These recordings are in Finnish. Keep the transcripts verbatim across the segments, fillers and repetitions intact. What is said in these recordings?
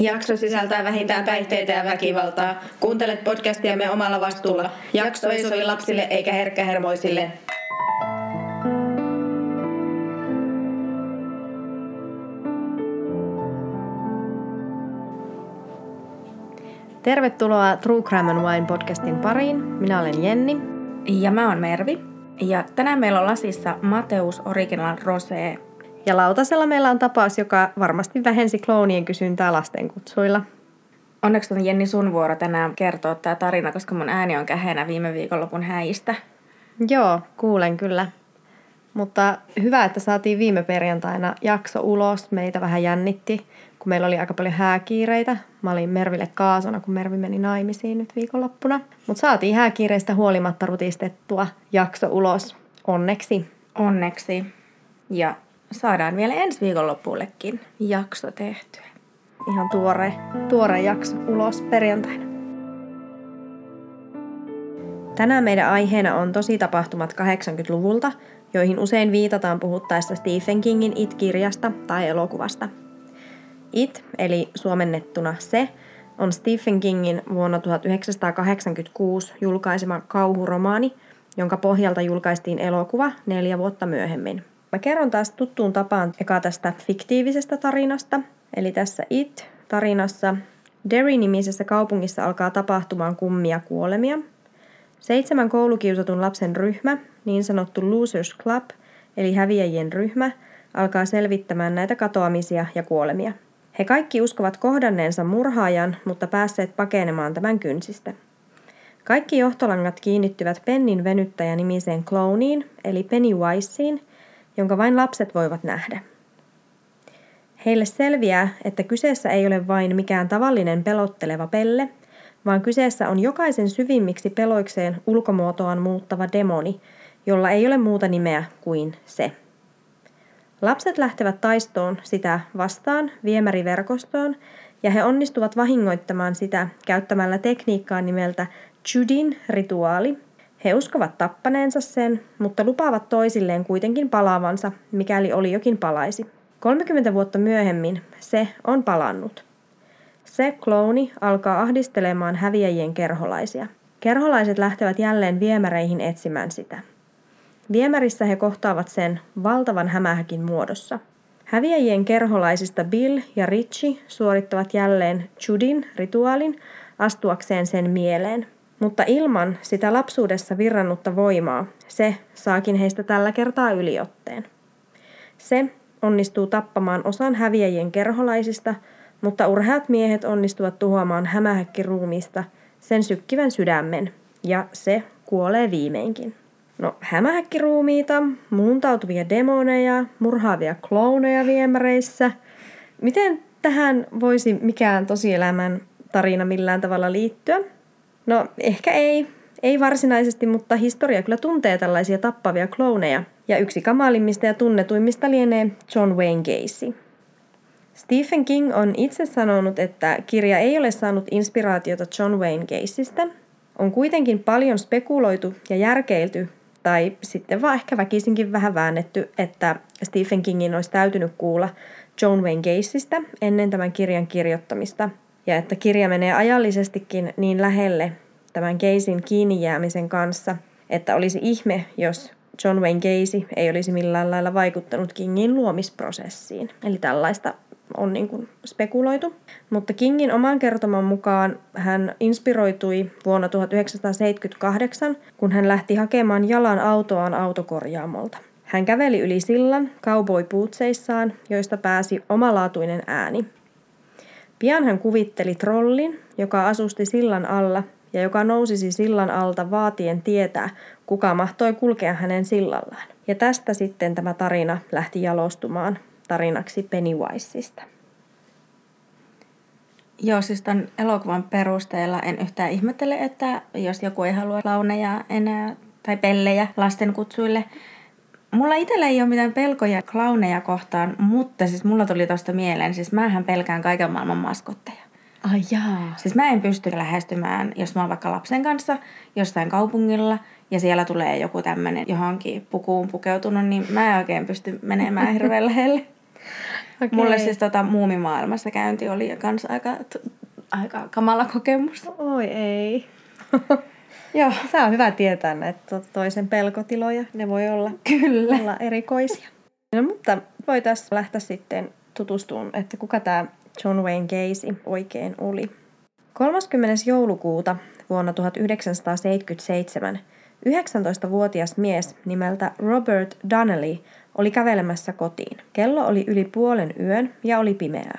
Jakso sisältää vähintään päihteitä ja väkivaltaa. Kuuntelet podcastiamme omalla vastuulla. Jakso ei sovi lapsille eikä herkkähermoisille. Tervetuloa True Crime and Wine podcastin pariin. Minä olen Jenni. Ja mä oon Mervi. Ja tänään meillä on lasissa Mateus Original Rosé. Ja lautasella meillä on tapaus, joka varmasti vähensi kloonien kysyntää lastenkutsuilla. Onneksi on Jenni sun vuoro tänään kertoa tää tarina, koska mun ääni on käheenä viime viikonlopun häistä. Joo, kuulen kyllä. Mutta hyvä, että saatiin viime perjantaina jakso ulos. Meitä vähän jännitti, kun meillä oli aika paljon hääkiireitä. Mä olin Merville kaasona, kun Mervi meni naimisiin nyt viikonloppuna. Mutta saatiin hääkiireistä huolimatta rutistettua jakso ulos. Onneksi. Onneksi. Ja saadaan vielä ensi viikonloppuullekin jakso tehtyä. Ihan tuore, tuore jakso ulos perjantaina. Tänään meidän aiheena on tositapahtumat kahdeksankymmentäluvulta, joihin usein viitataan puhuttaessa Stephen Kingin It-kirjasta tai elokuvasta. It, eli suomennettuna se, on Stephen Kingin vuonna tuhatyhdeksänsataakahdeksankymmentäkuusi julkaisema kauhuromaani, jonka pohjalta julkaistiin elokuva neljä vuotta myöhemmin. Mä kerron taas tuttuun tapaan eka tästä fiktiivisestä tarinasta. Eli tässä It-tarinassa Derry-nimisessä kaupungissa alkaa tapahtumaan kummia kuolemia. Seitsemän koulukiusatun lapsen ryhmä, niin sanottu Losers Club, eli häviäjien ryhmä, alkaa selvittämään näitä katoamisia ja kuolemia. He kaikki uskovat kohdanneensa murhaajan, mutta päässeet pakenemaan tämän kynsistä. Kaikki johtolangat kiinnittyvät Pennin venyttäjä-nimiseen clowniin, eli Pennywiceen, jonka vain lapset voivat nähdä. Heille selviää, että kyseessä ei ole vain mikään tavallinen pelotteleva pelle, vaan kyseessä on jokaisen syvimmiksi peloikseen ulkomuotoaan muuttava demoni, jolla ei ole muuta nimeä kuin se. Lapset lähtevät taistoon sitä vastaan viemäriverkostoon, ja he onnistuvat vahingoittamaan sitä käyttämällä tekniikkaa nimeltä Judin rituaali. He uskovat tappaneensa sen, mutta lupaavat toisilleen kuitenkin palaavansa, mikäli oli jokin palaisi. kolmekymmentä vuotta myöhemmin se on palannut. Se klooni alkaa ahdistelemaan häviäjien kerholaisia. Kerholaiset lähtevät jälleen viemäreihin etsimään sitä. Viemärissä he kohtaavat sen valtavan hämähäkin muodossa. Häviäjien kerholaisista Bill ja Richie suorittavat jälleen Judin rituaalin astuakseen sen mieleen. Mutta ilman sitä lapsuudessa virrannutta voimaa se saakin heistä tällä kertaa yliotteen. Se onnistuu tappamaan osan häviäjien kerholaisista, mutta urheat miehet onnistuvat tuhoamaan hämähäkkiruumista sen sykkivän sydämen, ja se kuolee viimeinkin. No, hämähäkkiruumiita, muuntautuvia demoneja, murhaavia klooneja viemäreissä. Miten tähän voisi mikään tosielämän tarina millään tavalla liittyä? No, ehkä ei. Ei varsinaisesti, mutta historia kyllä tuntee tällaisia tappavia klooneja. Ja yksi kamalimmista ja tunnetuimmista lienee John Wayne Gacy. Stephen King on itse sanonut, että kirja ei ole saanut inspiraatiota John Wayne Gacystä. On kuitenkin paljon spekuloitu ja järkeilty, tai sitten vaan ehkä väkisinkin vähän väännetty, että Stephen Kingin olisi täytynyt kuulla John Wayne Gacystä ennen tämän kirjan kirjoittamista. Ja että kirja menee ajallisestikin niin lähelle tämän Gacyn kiinni jäämisen kanssa, että olisi ihme, jos John Wayne Gacy ei olisi millään lailla vaikuttanut Kingin luomisprosessiin. Eli tällaista on niin kuin spekuloitu. Mutta Kingin oman kertoman mukaan hän inspiroitui vuonna tuhatyhdeksänsataaseitsemänkymmentäkahdeksan, kun hän lähti hakemaan jalan autoaan autokorjaamolta. Hän käveli yli sillan cowboy-puutseissaan, joista pääsi omalaatuinen ääni. Pian hän kuvitteli trollin, joka asusti sillan alla ja joka nousisi sillan alta vaatien tietää, kuka mahtoi kulkea hänen sillallaan. Ja tästä sitten tämä tarina lähti jalostumaan tarinaksi Pennywiseista. Joo, siis tämän elokuvan perusteella en yhtään ihmettele, että jos joku ei halua klauneja enää tai pellejä lastenkutsuille. Mulla itsellä ei ole mitään pelkoja klauneja kohtaan, mutta siis mulla tuli tosta mieleen, siis mähän pelkään kaiken maailman maskotteja. Ai jaa. Siis mä en pysty lähestymään, jos mä oon vaikka lapsen kanssa jossain kaupungilla ja siellä tulee joku tämmönen johonkin pukuun pukeutunut, niin mä en oikein pysty menemään hirveän lähelle. Okay. Mulle siis tota muumimaailmassa käynti oli kans aika, aika kamala kokemus. Oi ei. Joo. Se on hyvä tietää näitä toisen pelkotiloja. Ne voi olla, Kyllä. olla erikoisia. No, mutta voitaisiin lähteä sitten tutustumaan, että kuka tämä John Wayne Gacy oikein oli. kolmaskymmenes joulukuuta vuonna tuhatyhdeksänsataaseitsemänkymmentäseitsemän yhdeksäntoistavuotias mies nimeltä Robert Donnelly oli kävelemässä kotiin. Kello oli yli puolen yön ja oli pimeää.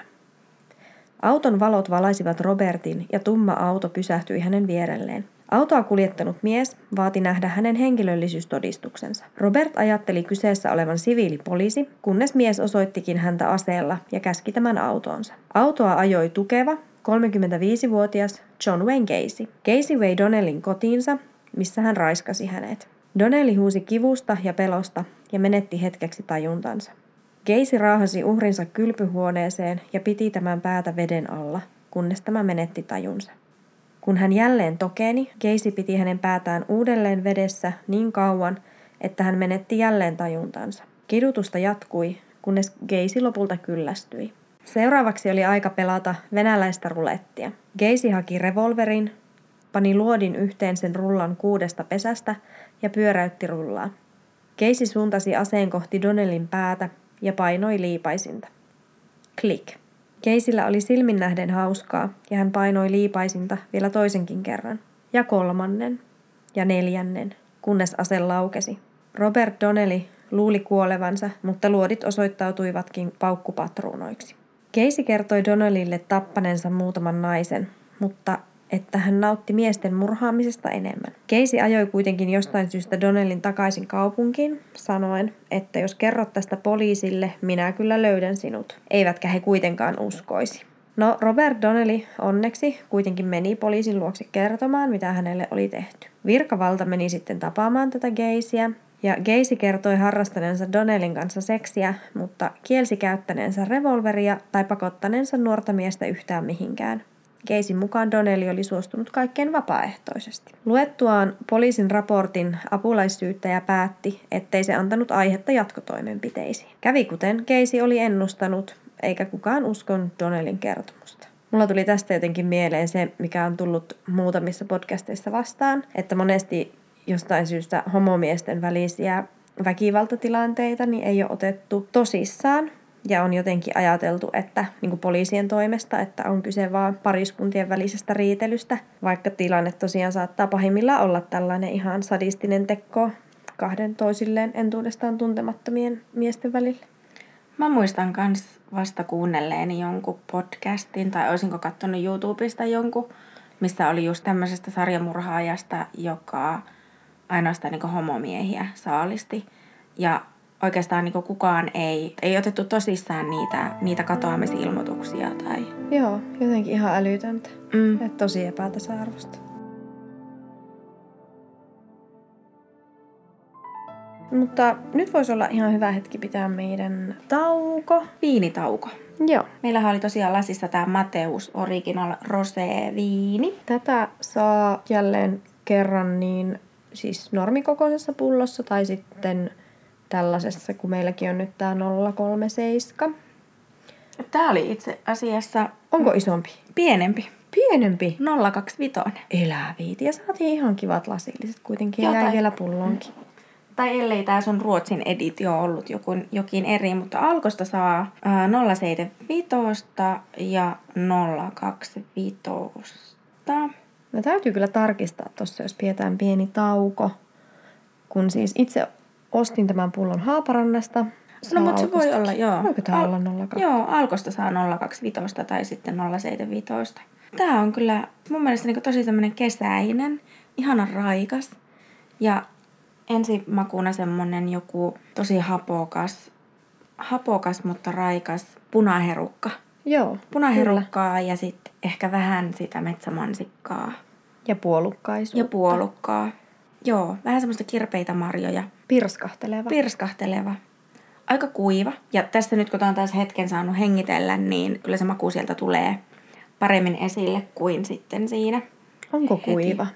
Auton valot valaisivat Robertin ja tumma auto pysähtyi hänen vierelleen. Autoa kuljettanut mies vaati nähdä hänen henkilöllisyystodistuksensa. Robert ajatteli kyseessä olevan siviilipoliisi, kunnes mies osoittikin häntä aseella ja käski tämän autoonsa. Autoa ajoi tukeva, kolmekymmentäviisivuotias John Wayne Gacy. Gacy vei Donnellyn kotiinsa, missä hän raiskasi hänet. Donnelly huusi kivusta ja pelosta ja menetti hetkeksi tajuntansa. Gacy raahasi uhrinsa kylpyhuoneeseen ja piti tämän päätä veden alla, kunnes tämä menetti tajunsa. Kun hän jälleen tokeni, Gacy piti hänen päätään uudelleen vedessä niin kauan, että hän menetti jälleen tajuntansa. Kidutusta jatkui, kunnes Gacy lopulta kyllästyi. Seuraavaksi oli aika pelata venäläistä rulettia. Gacy haki revolverin, pani luodin yhteen sen rullan kuudesta pesästä ja pyöräytti rullaa. Gacy suuntasi aseen kohti Donnellyn päätä ja painoi liipaisinta. Klik. Gacyllä oli silmin nähden hauskaa ja hän painoi liipaisinta vielä toisenkin kerran. Ja kolmannen. Ja neljännen. Kunnes ase laukesi. Robert Donnelly luuli kuolevansa, mutta luodit osoittautuivatkin paukkupatruunoiksi. Gacy kertoi Donnellylle tappaneensa muutaman naisen, mutta että hän nautti miesten murhaamisesta enemmän. Gacy ajoi kuitenkin jostain syystä Donnellyn takaisin kaupunkiin, sanoen, että jos kerrot tästä poliisille, minä kyllä löydän sinut. Eivätkä he kuitenkaan uskoisi. No, Robert Donnelly onneksi kuitenkin meni poliisin luokse kertomaan, mitä hänelle oli tehty. Virkavalta meni sitten tapaamaan tätä Gacyä, ja Gacy kertoi harrastaneensa Donnellyn kanssa seksiä, mutta kielsi käyttäneensä revolveria tai pakottaneensa nuorta miestä yhtään mihinkään. Gacyn mukaan Donnelly oli suostunut kaikkeen vapaaehtoisesti. Luettuaan poliisin raportin apulaissyyttäjä päätti, ettei se antanut aihetta jatkotoimenpiteisiin. Kävi kuten Gacy oli ennustanut, eikä kukaan uskonut Donnellyn kertomusta. Mulla tuli tästä jotenkin mieleen se, mikä on tullut muutamissa podcasteissa vastaan, että monesti jostain syystä homomiesten välisiä väkivaltatilanteita niin ei ole otettu tosissaan. Ja on jotenkin ajateltu, että niin kuin poliisien toimesta, että on kyse vaan pariskuntien välisestä riitelystä, vaikka tilanne tosiaan saattaa pahimmillaan olla tällainen ihan sadistinen teko kahden toisilleen entuudestaan tuntemattomien miesten välillä. Mä muistan kans vasta kuunnelleeni jonkun podcastin, tai olisinko katsonut YouTubesta jonkun, missä oli just tämmöisestä sarjamurhaajasta, joka ainoastaan niin kuin homomiehiä saalisti. Ja oikeastaan niin kukaan ei, ei otettu tosissaan niitä, niitä katoamisilmoituksia. Tai... Joo, jotenkin ihan älytöntä. Mm. Että tosi epätasa-arvoista. Mutta nyt voisi olla ihan hyvä hetki pitää meidän tauko. Viinitauko. Joo. Meillähän oli tosiaan lasissa tämä Mateus Original Rosé viini. Tätä saa jälleen kerran niin siis normikokoisessa pullossa tai sitten tällaisessa, kun meilläkin on nyt tämä nolla kolme seitsemän. Tämä oli itse asiassa... Onko isompi? Pienempi. Pienempi? nolla kaksikymmentäviisi. Elää viiti. Ja saatiin ihan kivat lasilliset kuitenkin. Joo, ja jäi tai... vielä pullonkin. Tai ellei tämä sun Ruotsin editio ollut joku, jokin eri, mutta Alkosta saa ää, nolla seitsemänkymmentäviisi ja nolla kaksikymmentäviisi. No täytyy kyllä tarkistaa tuossa, jos pidetään pieni tauko. Kun siis itse ostin tämän pullon Haaparannasta. No mutta se voi olla, joo. Voiko tämä Al- olla nolla kaksi? Joo, Alkosta saa nolla kaksikymmentäviisi tai sitten nolla seitsemänkymmentäviisi. Tämä on kyllä mun mielestä niin tosi tämmöinen kesäinen, ihana raikas ja ensimakuna semmonen joku tosi hapokas, hapokas, mutta raikas punaherukka. Joo, Punaherukkaa kyllä. Ja sitten ehkä vähän sitä metsämansikkaa. Ja puolukkaisuutta. Ja puolukkaa. Joo, vähän semmoista kirpeitä marjoja. Pirskahteleva. Pirskahteleva. Aika kuiva. Ja tässä nyt kun tämä on taas hetken saanut hengitellä, niin kyllä se maku sieltä tulee paremmin esille kuin sitten siinä. Onko heti. Kuiva?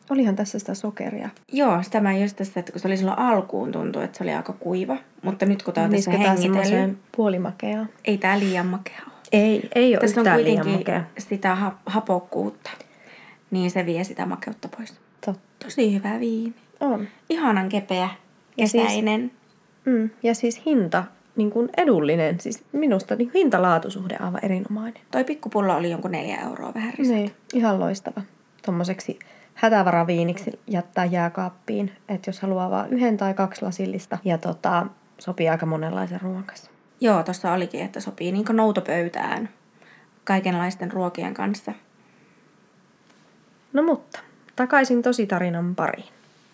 Olihan tässä sitä sokeria. Joo, sitä mä just tästä, että kun se oli silloin alkuun tuntui, että se oli aika kuiva. Mutta nyt kun tää on tässä hengitellyt, puolimakeaa. Ei tää liian makea ole. Ei, ei ole tässä yhtään on liian kuitenkin makea. sitä ha- hapokkuutta, niin se vie sitä makeutta pois. Totta. Tosi hyvä viini. On. Ihanan kepeä, Ja siis- kesäinen. Mm, ja siis hinta, niin kuin edullinen. Siis minusta niin hinta-laatusuhde aivan erinomainen. Toi pikkupullo oli jonkun neljä euroa vähän risat. Niin, ihan loistava. Tommoseksi hätävaraviiniksi jättää jääkaappiin, että jos haluaa vaan yhden tai kaksi lasillista. Ja tota, sopii aika monenlaisen ruoan kanssa. Joo, tuossa olikin, että sopii niin kuin noutopöytään kaikenlaisten ruokien kanssa. No mutta, takaisin tositarinan pariin.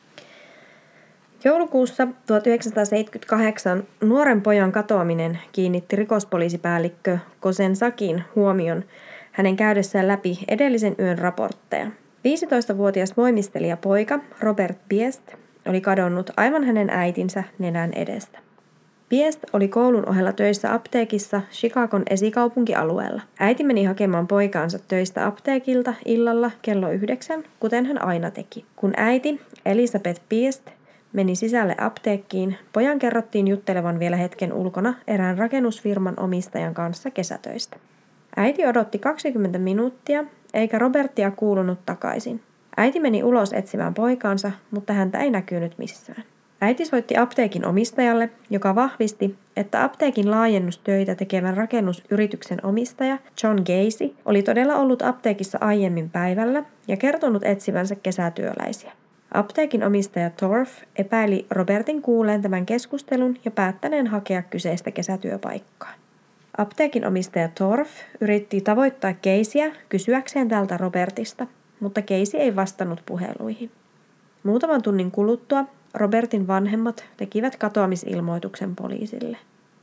Joulukuussa tuhatyhdeksänsataaseitsemänkymmentäkahdeksan nuoren pojan katoaminen kiinnitti rikospoliisipäällikkö Kosensakin huomion hänen käydessään läpi edellisen yön raportteja. viisitoistavuotias voimistelijapoika Robert Biest oli kadonnut aivan hänen äitinsä nenän edestä. Biest oli koulun ohella töissä apteekissa Chicagon esikaupunkialueella. Äiti meni hakemaan poikaansa töistä apteekilta illalla kello yhdeksän, kuten hän aina teki. Kun äiti, Elizabeth Biest, meni sisälle apteekkiin, pojan kerrottiin juttelevan vielä hetken ulkona erään rakennusfirman omistajan kanssa kesätöistä. Äiti odotti kaksikymmentä minuuttia, eikä Robertia kuulunut takaisin. Äiti meni ulos etsimään poikaansa, mutta häntä ei näkynyt missään. Äiti soitti apteekin omistajalle, joka vahvisti, että apteekin laajennustöitä tekevän rakennusyrityksen omistaja John Gacy oli todella ollut apteekissa aiemmin päivällä ja kertonut etsivänsä kesätyöläisiä. Apteekin omistaja Torf epäili Robertin kuulleen tämän keskustelun ja päättäneen hakea kyseistä kesätyöpaikkaa. Apteekin omistaja Torf yritti tavoittaa Caseyä kysyäkseen tältä Robertista, mutta Casey ei vastannut puheluihin. Muutaman tunnin kuluttua Robertin vanhemmat tekivät katoamisilmoituksen poliisille.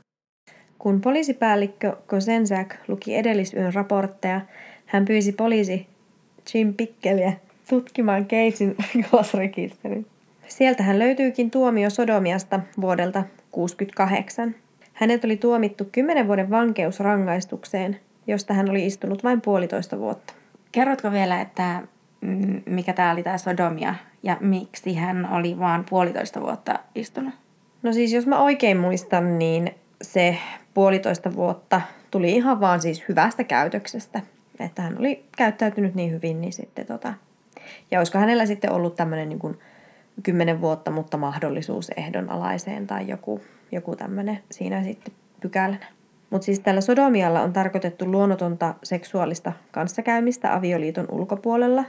Kun poliisipäällikkö Kosensak luki edellisyön raportteja, hän pyysi poliisi Jim Pickeliä tutkimaan Caseyn rikosrekisterin. Sieltä hän löytyykin tuomio sodomiasta vuodelta tuhatyhdeksänsataakuusikymmentäkahdeksan. Hänet oli tuomittu kymmenen vuoden vankeusrangaistukseen, josta hän oli istunut vain puolitoista vuotta. Kerrotko vielä, että mikä tämä oli tämä sodomia ja miksi hän oli vaan puolitoista vuotta istunut? No siis jos mä oikein muistan, niin se puolitoista vuotta tuli ihan vaan siis hyvästä käytöksestä. Että hän oli käyttäytynyt niin hyvin, niin sitten tota... Ja olisiko hänellä sitten ollut tämmöinen niin kuin kymmenen vuotta, mutta mahdollisuus ehdonalaiseen tai joku, joku tämmöinen siinä sitten pykälänä. Mutta siis tällä sodomialla on tarkoitettu luonnotonta seksuaalista kanssakäymistä avioliiton ulkopuolella.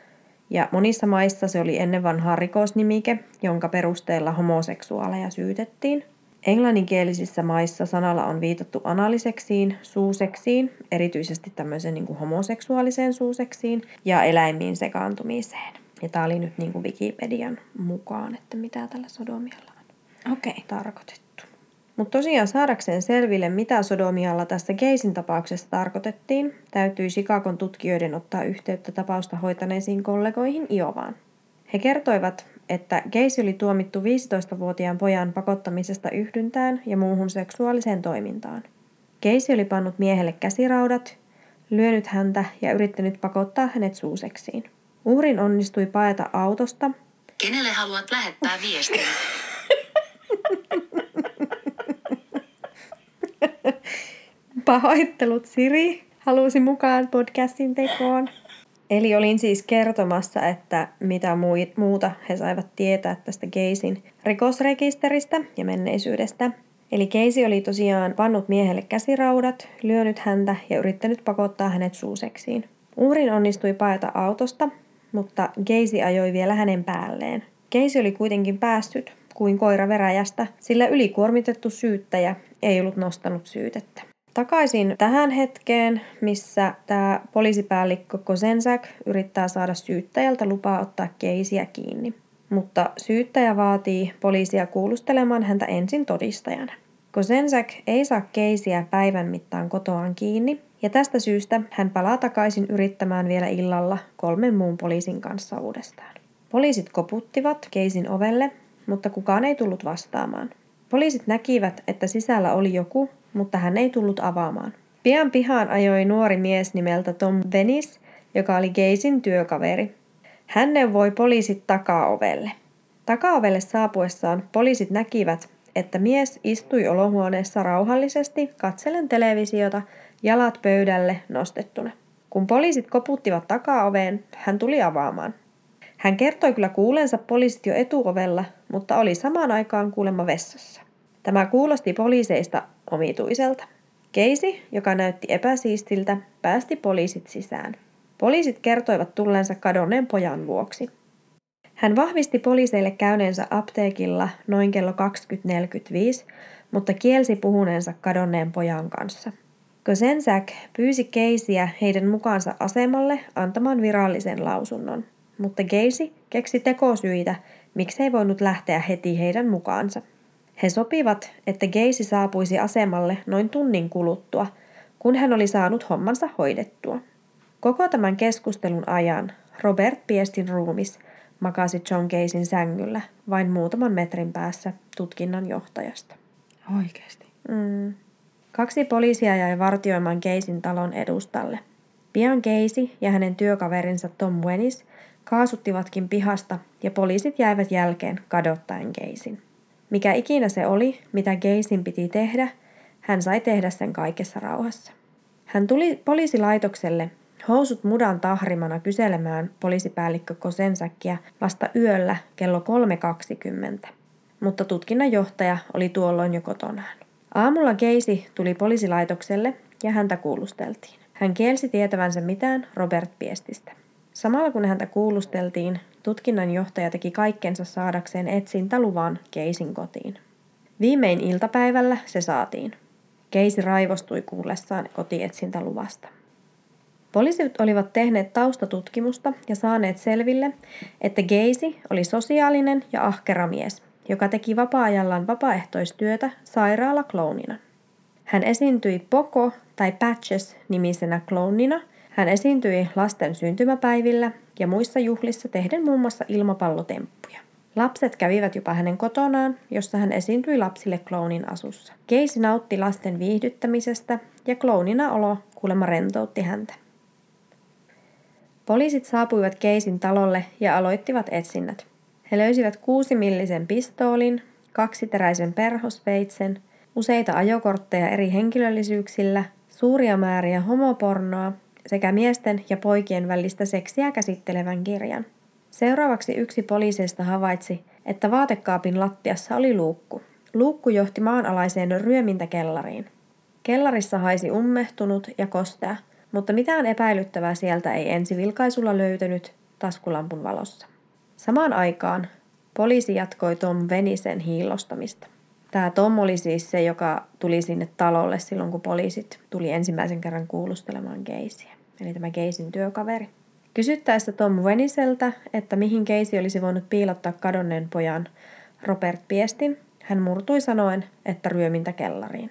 Ja monissa maissa se oli ennen vanhaa rikosnimike, jonka perusteella homoseksuaaleja syytettiin. Englanninkielisissä maissa sanalla on viitattu analiseksiin, suuseksiin, erityisesti tämmöiseen niin kuin homoseksuaaliseen suuseksiin ja eläimiin sekaantumiseen. Ja tämä oli nyt niin kuin Wikipedian mukaan, että mitä tällä sodomialla on Okei. tarkoitettu. Mutta tosiaan saadakseen selville, mitä sodomialla tässä Gaceyn tapauksessa tarkoitettiin, täytyi Chicagon tutkijoiden ottaa yhteyttä tapausta hoitaneisiin kollegoihin Iovaan. He kertoivat, että Gacy oli tuomittu viisitoistavuotiaan pojan pakottamisesta yhdyntään ja muuhun seksuaaliseen toimintaan. Gacy oli pannut miehelle käsiraudat, lyönyt häntä ja yrittänyt pakottaa hänet suuseksiin. Uhrin onnistui paeta autosta. Kenelle haluat lähettää viestin? Pahoittelut Siri halusi mukaan podcastin tekoon. Eli olin siis kertomassa, että mitä muuta he saivat tietää tästä Gaceyn rikosrekisteristä ja menneisyydestä. Eli Casey oli tosiaan pannut miehelle käsiraudat, lyönyt häntä ja yrittänyt pakottaa hänet suuseksiin. Uhrin onnistui paeta autosta, mutta Gacy ajoi vielä hänen päälleen. Casey oli kuitenkin päässyt kuin koira veräjästä, sillä ylikuormitettu syyttäjä ei ollut nostanut syytettä. Takaisin tähän hetkeen, missä tämä poliisipäällikkö Kosensak yrittää saada syyttäjältä lupaa ottaa Caseyä kiinni. Mutta syyttäjä vaatii poliisia kuulustelemaan häntä ensin todistajana. Kosensak ei saa Caseyä päivän mittaan kotoaan kiinni, ja tästä syystä hän palaa takaisin yrittämään vielä illalla kolmen muun poliisin kanssa uudestaan. Poliisit koputtivat Caseyn ovelle, mutta kukaan ei tullut vastaamaan. Poliisit näkivät, että sisällä oli joku, mutta hän ei tullut avaamaan. Pian pihaan ajoi nuori mies nimeltä Tom Venis, joka oli Gaceyn työkaveri. Hän neuvoi poliisit takaovelle. Takaovelle saapuessaan poliisit näkivät, että mies istui olohuoneessa rauhallisesti katsellen televisiota, jalat pöydälle nostettuna. Kun poliisit koputtivat takaoveen, hän tuli avaamaan. Hän kertoi kyllä kuulensa poliisit jo etuovella, mutta oli samaan aikaan kuulemma vessassa. Tämä kuulosti poliiseista omituiselta. Casey, joka näytti epäsiistiltä, päästi poliisit sisään. Poliisit kertoivat tulleensa kadonneen pojan vuoksi. Hän vahvisti poliiseille käyneensä apteekilla noin kello kaksikymmentä neljäkymmentäviisi, mutta kielsi puhuneensa kadonneen pojan kanssa. Kozenczak pyysi Caseyä heidän mukaansa asemalle antamaan virallisen lausunnon, mutta Casey keksi tekosyitä, miksi ei voinut lähteä heti heidän mukaansa. He sopivat, että Casey saapuisi asemalle noin tunnin kuluttua, kun hän oli saanut hommansa hoidettua. Koko tämän keskustelun ajan Robert Piestin ruumis makasi John Caseyn sängyllä vain muutaman metrin päässä tutkinnan johtajasta. Oikeasti. Mm. Kaksi poliisia jäi vartioimaan Caseyn talon edustalle. Pian Casey ja hänen työkaverinsa Tom Wenis kaasuttivatkin pihasta ja poliisit jäivät jälkeen kadottaen Caseyn. Mikä ikinä se oli, mitä Caseyn piti tehdä, hän sai tehdä sen kaikessa rauhassa. Hän tuli poliisilaitokselle housut mudan tahrimana kyselemään poliisipäällikkö Kozenzackia vasta yöllä kello kolme kaksikymmentä, mutta tutkinnanjohtaja oli tuolloin jo kotonaan. Aamulla Casey tuli poliisilaitokselle ja häntä kuulusteltiin. Hän kielsi tietävänsä mitään Robert Piestistä. Samalla kun häntä kuulusteltiin, tutkinnanjohtaja teki kaikkensa saadakseen etsintäluvan Caseyn kotiin. Viimein iltapäivällä se saatiin. Casey raivostui kuullessaan kotietsintäluvasta. Poliisit olivat tehneet taustatutkimusta ja saaneet selville, että Casey oli sosiaalinen ja ahkera mies, joka teki vapaa-ajallaan vapaaehtoistyötä sairaalaklounina. Hän esiintyi Poco tai Patches-nimisenä klounina. Hän esiintyi lasten syntymäpäivillä ja muissa juhlissa tehden muun muassa ilmapallotemppuja. Lapset kävivät jopa hänen kotonaan, jossa hän esiintyi lapsille klounin asussa. Casey nautti lasten viihdyttämisestä ja klounina olo kuulemma rentoutti häntä. Poliisit saapuivat Caseyn talolle ja aloittivat etsinnät. He löysivät kuusimillisen pistoolin, kaksiteräisen perhosveitsen, useita ajokortteja eri henkilöllisyyksillä, suuria määriä homopornoa sekä miesten ja poikien välistä seksiä käsittelevän kirjan. Seuraavaksi yksi poliiseista havaitsi, että vaatekaapin lattiassa oli luukku. Luukku johti maanalaiseen ryömintäkellariin. Kellarissa haisi ummehtunut ja kostea, mutta mitään epäilyttävää sieltä ei ensivilkaisulla löytynyt taskulampun valossa. Samaan aikaan poliisi jatkoi Tom Wenisen hiillostamista. Tämä Tom oli siis se, joka tuli sinne talolle silloin, kun poliisit tuli ensimmäisen kerran kuulustelemaan Caseyä. Eli tämä Caseyn työkaveri. Kysyttäessä Tom Weniseltä, että mihin Casey olisi voinut piilottaa kadonneen pojan Robert Piestin, hän murtui sanoen, että ryömintäkellariin.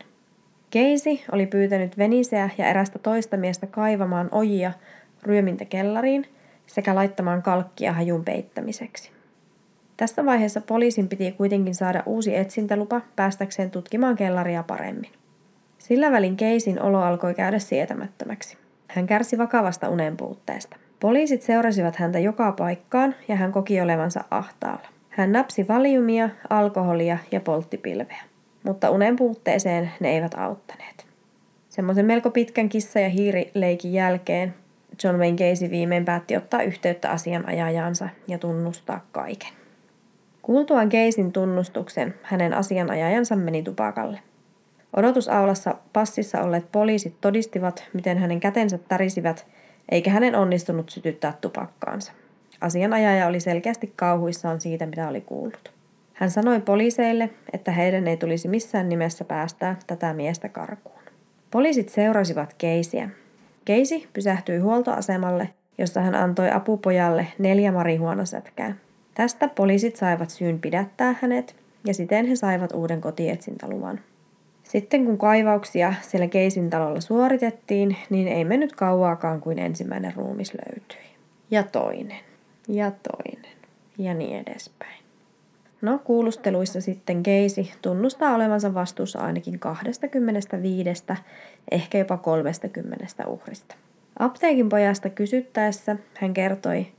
Casey oli pyytänyt Weniseä ja erästä toista miestä kaivamaan ojia ryömintäkellariin sekä laittamaan kalkkia hajun peittämiseksi. Tässä vaiheessa poliisin piti kuitenkin saada uusi etsintälupa päästäkseen tutkimaan kellaria paremmin. Sillä välin Caseyn olo alkoi käydä sietämättömäksi. Hän kärsi vakavasta unenpuutteesta. Poliisit seurasivat häntä joka paikkaan ja hän koki olevansa ahtaalla. Hän napsi valiumia, alkoholia ja poltti pilveä. Mutta unenpuutteeseen ne eivät auttaneet. Semmoisen melko pitkän kissa- ja hiirileikin jälkeen John Wayne Casey viimein päätti ottaa yhteyttä asianajajansa ja tunnustaa kaiken. Kuultuaan Caseyn tunnustuksen, hänen asianajajansa meni tupakalle. Odotusaulassa passissa olleet poliisit todistivat, miten hänen kätensä tärisivät, eikä hänen onnistunut sytyttää tupakkaansa. Asianajaja oli selkeästi kauhuissaan siitä, mitä oli kuullut. Hän sanoi poliiseille, että heidän ei tulisi missään nimessä päästää tätä miestä karkuun. Poliisit seurasivat Caseyä. Casey pysähtyi huoltoasemalle, jossa hän antoi apupojalle neljä marihuonasätkää. Tästä poliisit saivat syyn pidättää hänet ja siten he saivat uuden kotietsintäluvan. Sitten kun kaivauksia siellä Caseyn talolla suoritettiin, niin ei mennyt kauaakaan kuin ensimmäinen ruumis löytyi. Ja toinen. Ja toinen. Ja niin edespäin. No, kuulusteluissa sitten Casey tunnustaa olevansa vastuussa ainakin kaksikymmentäviisi, ehkä jopa kolmekymmentä uhrista. Apteekin pojasta kysyttäessä hän kertoi,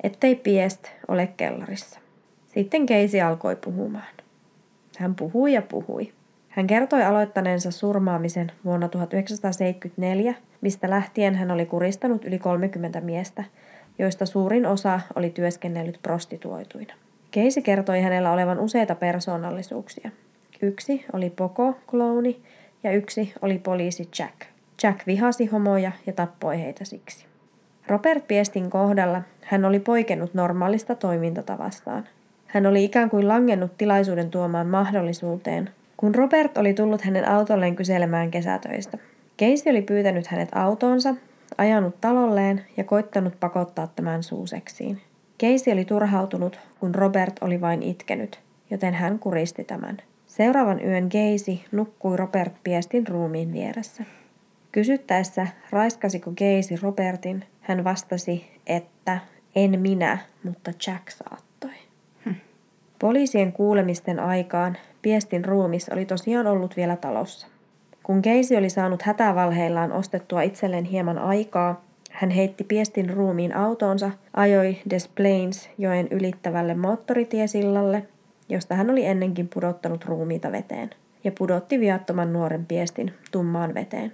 ettei Piest ole kellarissa. Sitten Casey alkoi puhumaan. Hän puhui ja puhui. Hän kertoi aloittaneensa surmaamisen vuonna tuhatyhdeksänsataaseitsemänkymmentäneljä, mistä lähtien hän oli kuristanut yli kolmekymmentä miestä, joista suurin osa oli työskennellyt prostituoituina. Casey kertoi hänellä olevan useita persoonallisuuksia. Yksi oli Poco-klooni ja yksi oli poliisi Jack. Jack vihasi homoja ja tappoi heitä siksi. Robert Piestin kohdalla hän oli poikennut normaalista toimintatavastaan. Hän oli ikään kuin langennut tilaisuuden tuomaan mahdollisuuteen, kun Robert oli tullut hänen autolleen kyselemään kesätöistä. Casey oli pyytänyt hänet autoonsa, ajanut talolleen ja koittanut pakottaa tämän suuseksiin. Casey oli turhautunut, kun Robert oli vain itkenyt, joten hän kuristi tämän. Seuraavan yön Casey nukkui Robert Piestin ruumiin vieressä. Kysyttäessä, raiskasiko Casey Robertin, hän vastasi, että en minä, mutta Jack saattoi. Hm. Poliisien kuulemisten aikaan Piestin ruumis oli tosiaan ollut vielä talossa. Kun Casey oli saanut hätävalheillaan ostettua itselleen hieman aikaa, hän heitti Piestin ruumiin autoonsa, ajoi Des Plaines joen ylittävälle moottoritiesillalle, josta hän oli ennenkin pudottanut ruumiita veteen, ja pudotti viattoman nuoren Piestin tummaan veteen.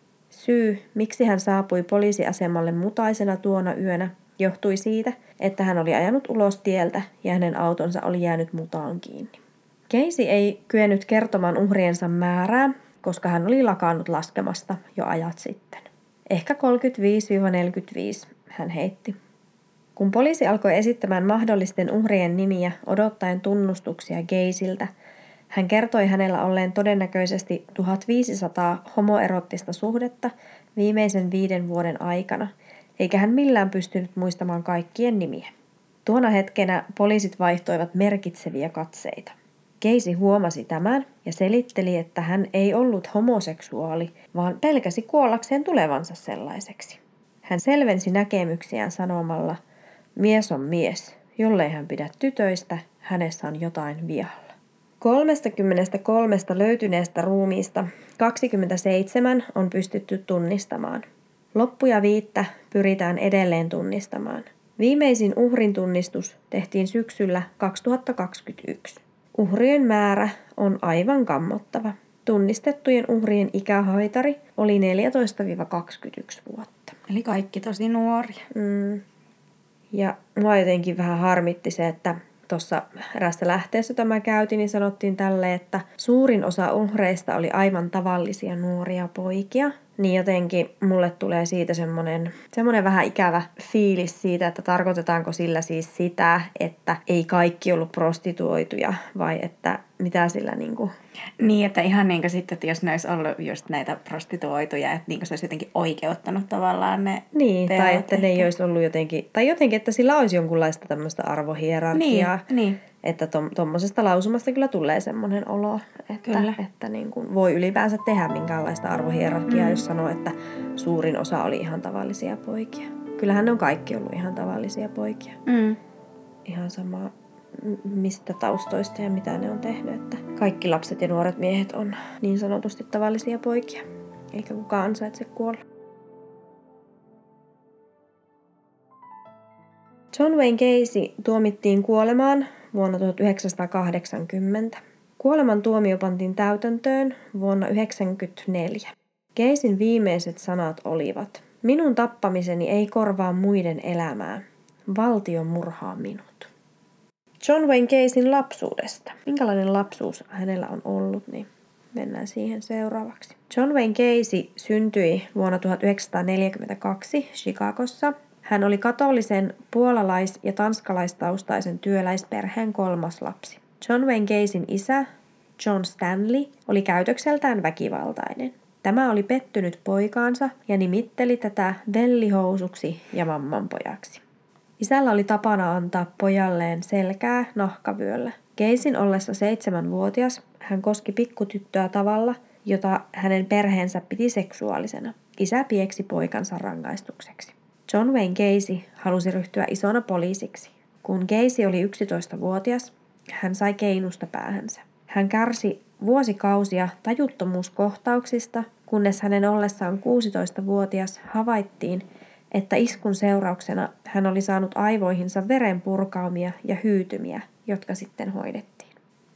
Syy, miksi hän saapui poliisiasemalle mutaisena tuona yönä, johtui siitä, että hän oli ajanut ulos tieltä ja hänen autonsa oli jäänyt mutaan kiinni. Casey ei kyennyt kertomaan uhriensa määrää, koska hän oli lakannut laskemasta jo ajat sitten. Ehkä kolmekymmentäviisi neljäkymmentäviisi hän heitti. Kun poliisi alkoi esittämään mahdollisten uhrien nimiä odottaen tunnustuksia Gaceyltä, hän kertoi hänellä olleen todennäköisesti tuhatviisisataa homoerottista suhdetta viimeisen viiden vuoden aikana, eikä hän millään pystynyt muistamaan kaikkien nimiä. Tuona hetkenä poliisit vaihtoivat merkitseviä katseita. Casey huomasi tämän ja selitteli, että hän ei ollut homoseksuaali, vaan pelkäsi kuollakseen tulevansa sellaiseksi. Hän selvensi näkemyksiään sanomalla, mies on mies, jollei hän pidä tytöistä, hänessä on jotain vialla. kolmekymmentäkolme löytyneestä ruumiista kaksikymmentäseitsemän on pystytty tunnistamaan. Loppuja viittä pyritään edelleen tunnistamaan. Viimeisin uhrin tunnistus tehtiin syksyllä kaksituhattakaksikymmentäyksi. Uhrien määrä on aivan kammottava. Tunnistettujen uhrien ikähaitari oli neljätoista kaksikymmentäyksi vuotta. Eli kaikki tosi nuoria. Mm. Ja mua jotenkin vähän harmitti se, että tuossa erässä lähteessä tämä käytiin, niin sanottiin tälle, että suurin osa uhreista oli aivan tavallisia nuoria poikia. Niin jotenkin mulle tulee siitä semmoinen, semmoinen vähän ikävä fiilis siitä, että tarkoitetaanko sillä siis sitä, että ei kaikki ollut prostituoituja vai että mitä sillä niinku... Niin, että ihan niin kuin sitten, että jos ne olisi ollut just näitä prostituoituja, että niin kuin se olisi jotenkin oikeuttanut tavallaan ne Niin, teot, tai että ne ei olisi ollut jotenkin, tai jotenkin, että sillä olisi jonkunlaista tämmöistä arvohierarkiaa. Niin, niin. Että tuommoisesta lausumasta kyllä tulee semmoinen olo, että, että niin kuin voi ylipäänsä tehdä minkäänlaista arvohierarkiaa, mm. jos sanoo, että suurin osa oli ihan tavallisia poikia. Kyllähän ne on kaikki ollut ihan tavallisia poikia. Mm. Ihan sama mistä taustoista ja mitä ne on tehnyt. Että kaikki lapset ja nuoret miehet on niin sanotusti tavallisia poikia, eikä kukaan ansaitse kuolla. John Wayne Gacy tuomittiin kuolemaan vuonna tuhatyhdeksänsataakahdeksankymmentä. Kuoleman tuomio pantiin täytäntöön vuonna yhdeksänkymmentäneljä. Gacyn viimeiset sanat olivat, minun tappamiseni ei korvaa muiden elämää. Valtio murhaa minut. John Wayne Gacyn lapsuudesta. Minkälainen lapsuus hänellä on ollut, niin mennään siihen seuraavaksi. John Wayne Gacy syntyi vuonna tuhatyhdeksänsataaneljäkymmentäkaksi Chicagossa. Hän oli katolisen puolalais- ja tanskalaistaustaisen työläisperheen kolmas lapsi. John Wayne Gacyn isä, John Stanley, oli käytökseltään väkivaltainen. Tämä oli pettynyt poikaansa ja nimitteli tätä vellihousuksi ja mammanpojaksi. Isällä oli tapana antaa pojalleen selkää nahkavyöllä. Gacyn ollessa seitsemänvuotias hän koski pikkutyttöä tavalla, jota hänen perheensä piti seksuaalisena. Isä pieksi poikansa rangaistukseksi. John Wayne Gacy halusi ryhtyä isona poliisiksi. Kun Gacy oli yksitoistavuotias, hän sai keinusta päähänsä. Hän kärsi vuosikausia tajuttomuuskohtauksista, kunnes hänen ollessaan kuusitoistavuotias havaittiin, että iskun seurauksena hän oli saanut aivoihinsa verenpurkaumia ja hyytymiä, jotka sitten hoidettiin.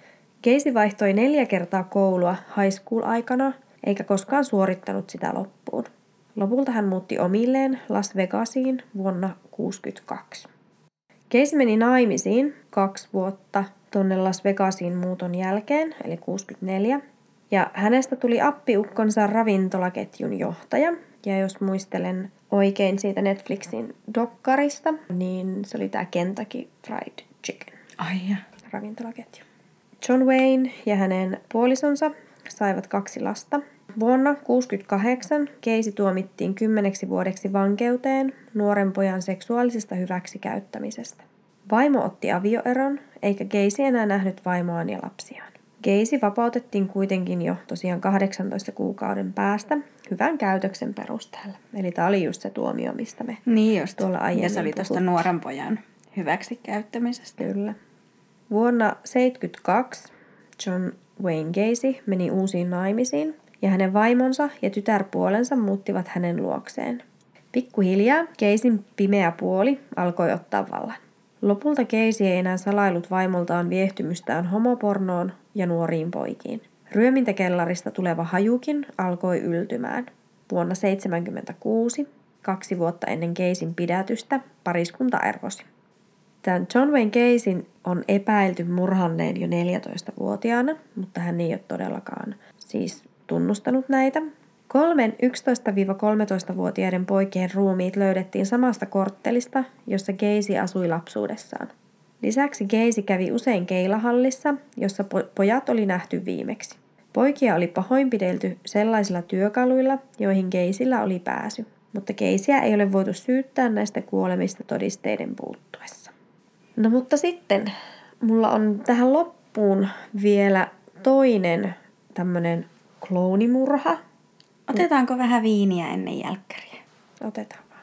Casey vaihtoi neljä kertaa koulua high school-aikana, eikä koskaan suorittanut sitä loppuun. Lopulta hän muutti omilleen Las Vegasiin vuonna kuusikymmentäkaksi. Casey meni naimisiin kaksi vuotta tonne Las Vegasiin muuton jälkeen, eli kuusikymmentäneljä. Ja hänestä tuli appiukkonsa ravintolaketjun johtaja. Ja jos muistelen oikein siitä Netflixin dokkarista, niin se oli tämä Kentucky Fried Chicken. Ai ja. Ravintolaketju. John Wayne ja hänen puolisonsa saivat kaksi lasta. Vuonna tuhatyhdeksänsataakuusikymmentäkahdeksan Casey tuomittiin kymmeneksi vuodeksi vankeuteen nuoren pojan seksuaalisesta hyväksikäyttämisestä. Vaimo otti avioeron, eikä Casey enää nähnyt vaimoaan ja lapsiaan. Casey vapautettiin kuitenkin jo tosiaan kahdeksantoista kuukauden päästä hyvän käytöksen perusteella. Eli tämä oli just se tuomio, mistä me Niin just. tuolla aiemmin Ja se oli tuosta nuoren pojan hyväksikäyttämisestä. Kyllä. Vuonna tuhatyhdeksänsataaseitsemänkymmentäkaksi John Wayne Casey meni uusiin naimisiin ja hänen vaimonsa ja tytärpuolensa muuttivat hänen luokseen. Pikkuhiljaa Caseyn pimeä puoli alkoi ottaa vallan. Lopulta Casey ei enää salailut vaimoltaan viehtymystään homopornoon ja nuoriin poikiin. Ryömintäkellarista tuleva hajukin alkoi yltymään. Vuonna tuhatyhdeksänsataaseitsemänkymmentäkuusi, kaksi vuotta ennen Caseyn pidätystä, pariskunta erosi. Tämän John Wayne Caseyn on epäilty murhanneen jo neljätoistavuotiaana, mutta hän ei ole todellakaan siis tunnustanut näitä. Kolmen yksitoista-kolmetoistavuotiaiden poikien ruumiit löydettiin samasta korttelista, jossa Casey asui lapsuudessaan. Lisäksi Casey kävi usein keilahallissa, jossa po- pojat oli nähty viimeksi. Poikia oli pahoinpidelty sellaisilla työkaluilla, joihin Caseyllä oli pääsy, mutta Caseyä ei ole voitu syyttää näistä kuolemista todisteiden puuttuessa. No mutta sitten mulla on tähän loppuun vielä toinen tämmönen kloonimurha. Otetaanko vähän viiniä ennen jälkkäriä? Otetaan vaan.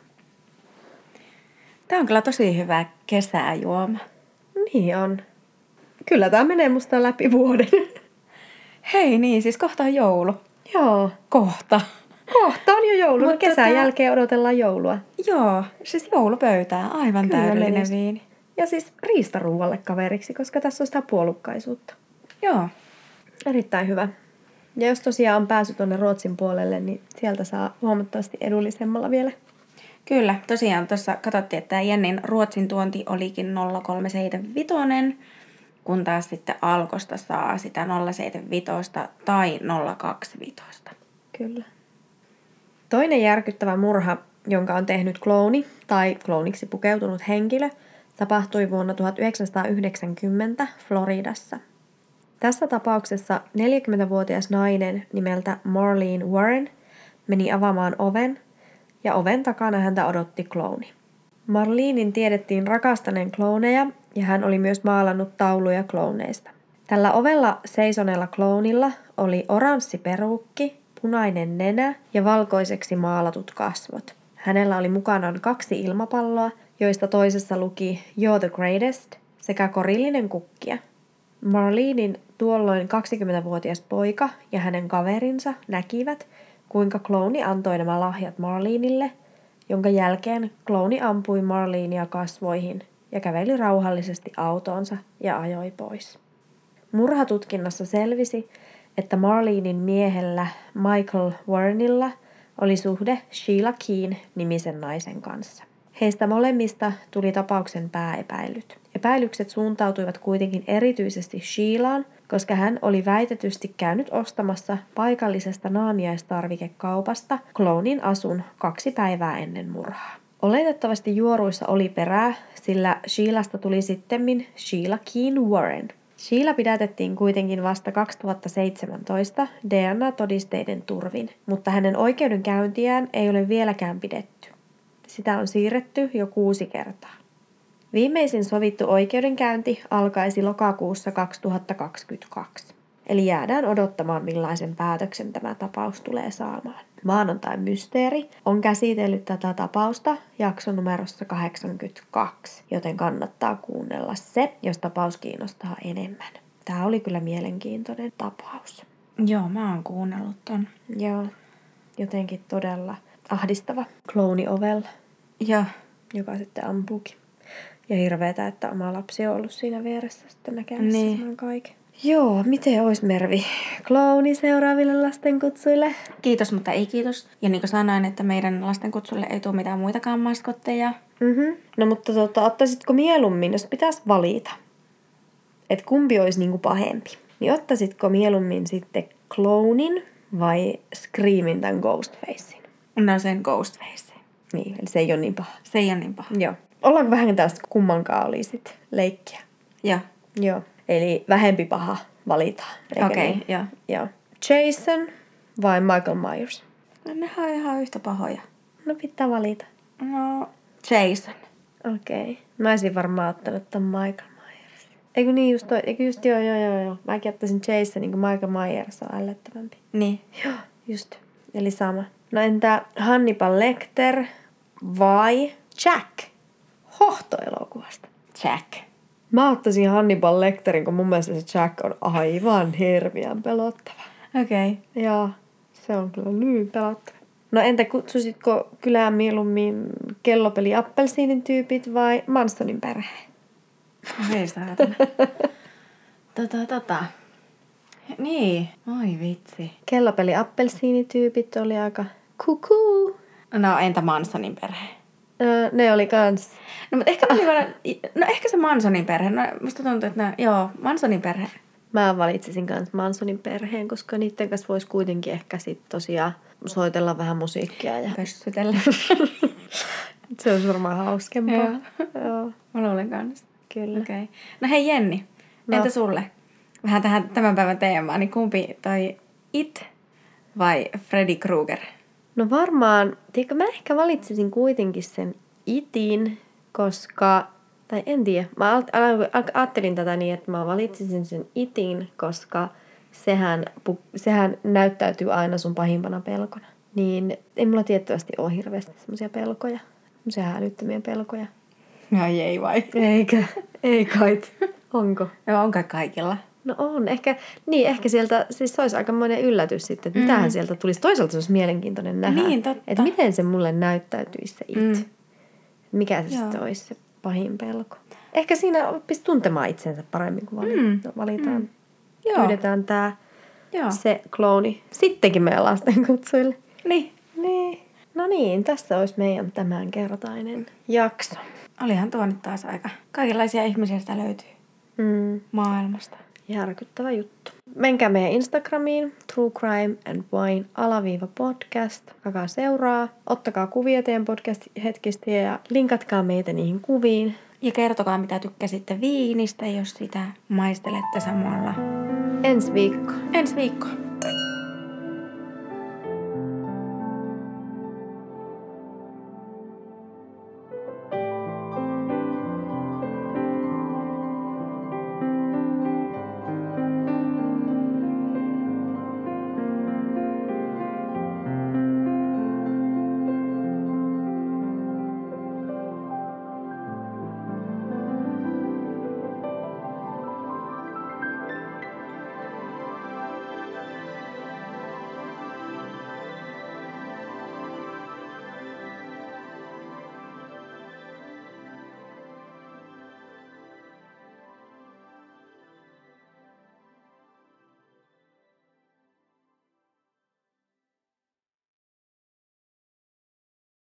Tämä on kyllä tosi hyvä kesäjuoma. Niin on. Kyllä tämä menee musta läpi vuoden. Hei niin, siis kohta on joulu. Joo. Kohta. Kohta on jo joulu. Mutta Kesän tää- jälkeen odotellaan joulua. Joo, siis joulupöytää. Aivan Kyllä täydellinen menisi. viini. Ja siis riistaruualle kaveriksi, koska tässä on sitä puolukkaisuutta. Joo. Erittäin hyvä. Ja jos tosiaan on päässyt tuonne Ruotsin puolelle, niin sieltä saa huomattavasti edullisemmalla vielä. Kyllä, tosiaan tuossa katsottiin, että Jennin Ruotsin tuonti olikin nolla kolme seitsemänkymmentäviisi, kun taas sitten Alkosta saa sitä nolla seitsemänkymmentäviisi tai nolla kaksikymmentäviisi. Kyllä. Toinen järkyttävä murha, jonka on tehnyt klooni tai klooniksi pukeutunut henkilö, tapahtui vuonna tuhatyhdeksänsataayhdeksänkymmentä Floridassa. Tässä tapauksessa neljäkymmentävuotias nainen nimeltä Marlene Warren meni avaamaan oven ja oven takana häntä odotti klooni. Marlenein tiedettiin rakastaneen klooneja ja hän oli myös maalannut tauluja klooneista. Tällä ovella seisoneella kloonilla oli oranssi peruukki, punainen nenä ja valkoiseksi maalatut kasvot. Hänellä oli mukanaan kaksi ilmapalloa, joista toisessa luki You're the greatest sekä korillinen kukkia. Marlenein tuolloin kaksikymmentävuotias poika ja hänen kaverinsa näkivät, kuinka klooni antoi nämä lahjat Marlenelle, jonka jälkeen klooni ampui Marlenea kasvoihin ja käveli rauhallisesti autoonsa ja ajoi pois. Murhatutkinnassa selvisi, että Marlenein miehellä Michael Warrenilla oli suhde Sheila Keen-nimisen naisen kanssa. Heistä molemmista tuli tapauksen pääepäilyt. Epäilykset suuntautuivat kuitenkin erityisesti Sheilaan, koska hän oli väitetysti käynyt ostamassa paikallisesta naamiaistarvikekaupasta kloonin asun kaksi päivää ennen murhaa. Oletettavasti juoruissa oli perää, sillä Sheilasta tuli sittemmin Sheila Keen Warren. Sheila pidätettiin kuitenkin vasta kaksituhattaseitsemäntoista D N A-todisteiden turvin, mutta hänen oikeudenkäyntiään ei ole vieläkään pidetty. Sitä on siirretty jo kuusi kertaa. Viimeisin sovittu oikeudenkäynti alkaisi lokakuussa kaksituhattakaksikymmentäkaksi. Eli jäädään odottamaan, millaisen päätöksen tämä tapaus tulee saamaan. Maanantain mysteeri on käsitellyt tätä tapausta jaksonumerossa kahdeksankymmentäkaksi, joten kannattaa kuunnella se, jos tapaus kiinnostaa enemmän. Tämä oli kyllä mielenkiintoinen tapaus. Joo, mä oon kuunnellut ton. Joo, jotenkin todella ahdistava klooni ovella. Joo. joka sitten ampuukin. Ja hirveetä, että oma lapsi on ollut siinä vieressä sitten näkemässä Niin. tämän kaiken. Joo, miten ois Mervi? Klouni seuraaville lastenkutsuille? Kiitos, mutta ei kiitos. Ja niin kuin sanoin, että meidän lastenkutsulle ei tule mitään muitakaan maskotteja. Mm-hmm. No mutta tota, ottaisitko mieluummin, jos pitäisi valita, että kumpi olisi niinku pahempi, niin ottaisitko mieluummin sitten Clownin vai Screamin tämän Ghostfacein? No sen Ghostface. Niin, eli se ei ole niin paha. Se ei ole niin paha. Joo. Ollaanko vähän tästä kummankaan olisit leikkiä? Joo. Joo. Eli vähempi paha valitaan. eikö Okei, niin? joo. Joo. Jason vai Michael Myers? No nehän on ihan yhtä pahoja. No pitää valita. No Jason. Okei. Okay. Mä olisin varmaan ottanut ton Michael Myers. Eikö niin just toi? Eikö just joo joo joo joo. Mäkin ottaisin Jason, kun Michael Myers on ällöttävämpi. Niin. Joo, just. Eli sama. No entä Hannibal Lecter vai Jack? Hohtoelokuvasta. Jack. Mä ottaisin Hannibal Lecterin, kun mun mielestä se Jack on aivan hirveän pelottava. Okei. Okay. Joo, se on kyllä niin pelottava. No entä kutsusitko kylään mieluummin kellopeli appelsiinin tyypit vai Mansonin perhe? Hei saatana. tota, tota. Niin. Oi vitsi. Kellopeli appelsiinityypit oli aika kukuu. No entä Mansonin perhe? Öö, ne oli kans. No mutta ehkä, ah. no ehkä se Mansonin perhe. No musta tuntuu, että ne, joo, Mansonin perhe. Mä valitsisin kans Mansonin perheen, koska niiden kanssa voisi kuitenkin ehkä sit tosiaan soitella vähän musiikkia. Ja pössytellä. Se olisi varmaan hauskempaa. Joo. Joo. Mä luulen kanssa. Kyllä. Okei. Okay. No hei Jenni, No. entä sulle? Vähän tähän tämän päivän teemaan, niin kumpi toi It vai Freddy Krueger? No varmaan, tiedätkö, mä ehkä valitsisin kuitenkin sen Itin, koska, tai en tiedä, mä ajattelin tätä niin, että mä valitsisin sen Itin, koska sehän, sehän näyttäytyy aina sun pahimpana pelkona. Niin ei mulla tiettävästi ole hirveästi semmoisia pelkoja, semmoisia hälyttömiä pelkoja. No ei vai? Eikä, ei kai. Onko? No on kai kaikilla. No on, ehkä, niin ehkä sieltä, siis se olisi aikamoinen yllätys sitten, että mm. mitähän sieltä tulisi. Toisaalta se olisi mielenkiintoinen nähdä, Niin, totta. että miten se mulle näyttäytyisi se it. Mm. Mikä se Joo. sitten olisi se pahin pelko. Ehkä siinä oppisi tuntemaan itsensä paremmin, kun vali- Mm. valitaan, Mm. Joo. pyydetään tää, Joo. se klooni sittenkin meidän lasten kutsuille. Niin. Niin. No niin, tässä olisi meidän tämänkertainen jakso. Olihan tuo nyt taas aika. Kaikenlaisia ihmisiä sitä löytyy Mm. maailmasta. Järkyttävä juttu. Menkää meidän Instagramiin, True Crime and Wine alaviiva podcast. Alkaa seuraa. Ottakaa kuvia teidän podcast-hetkistä ja linkatkaa meitä niihin kuviin. Ja kertokaa, mitä tykkäsitte viinistä, jos sitä maistelette samalla. Ensi viikko. Ensi viikko.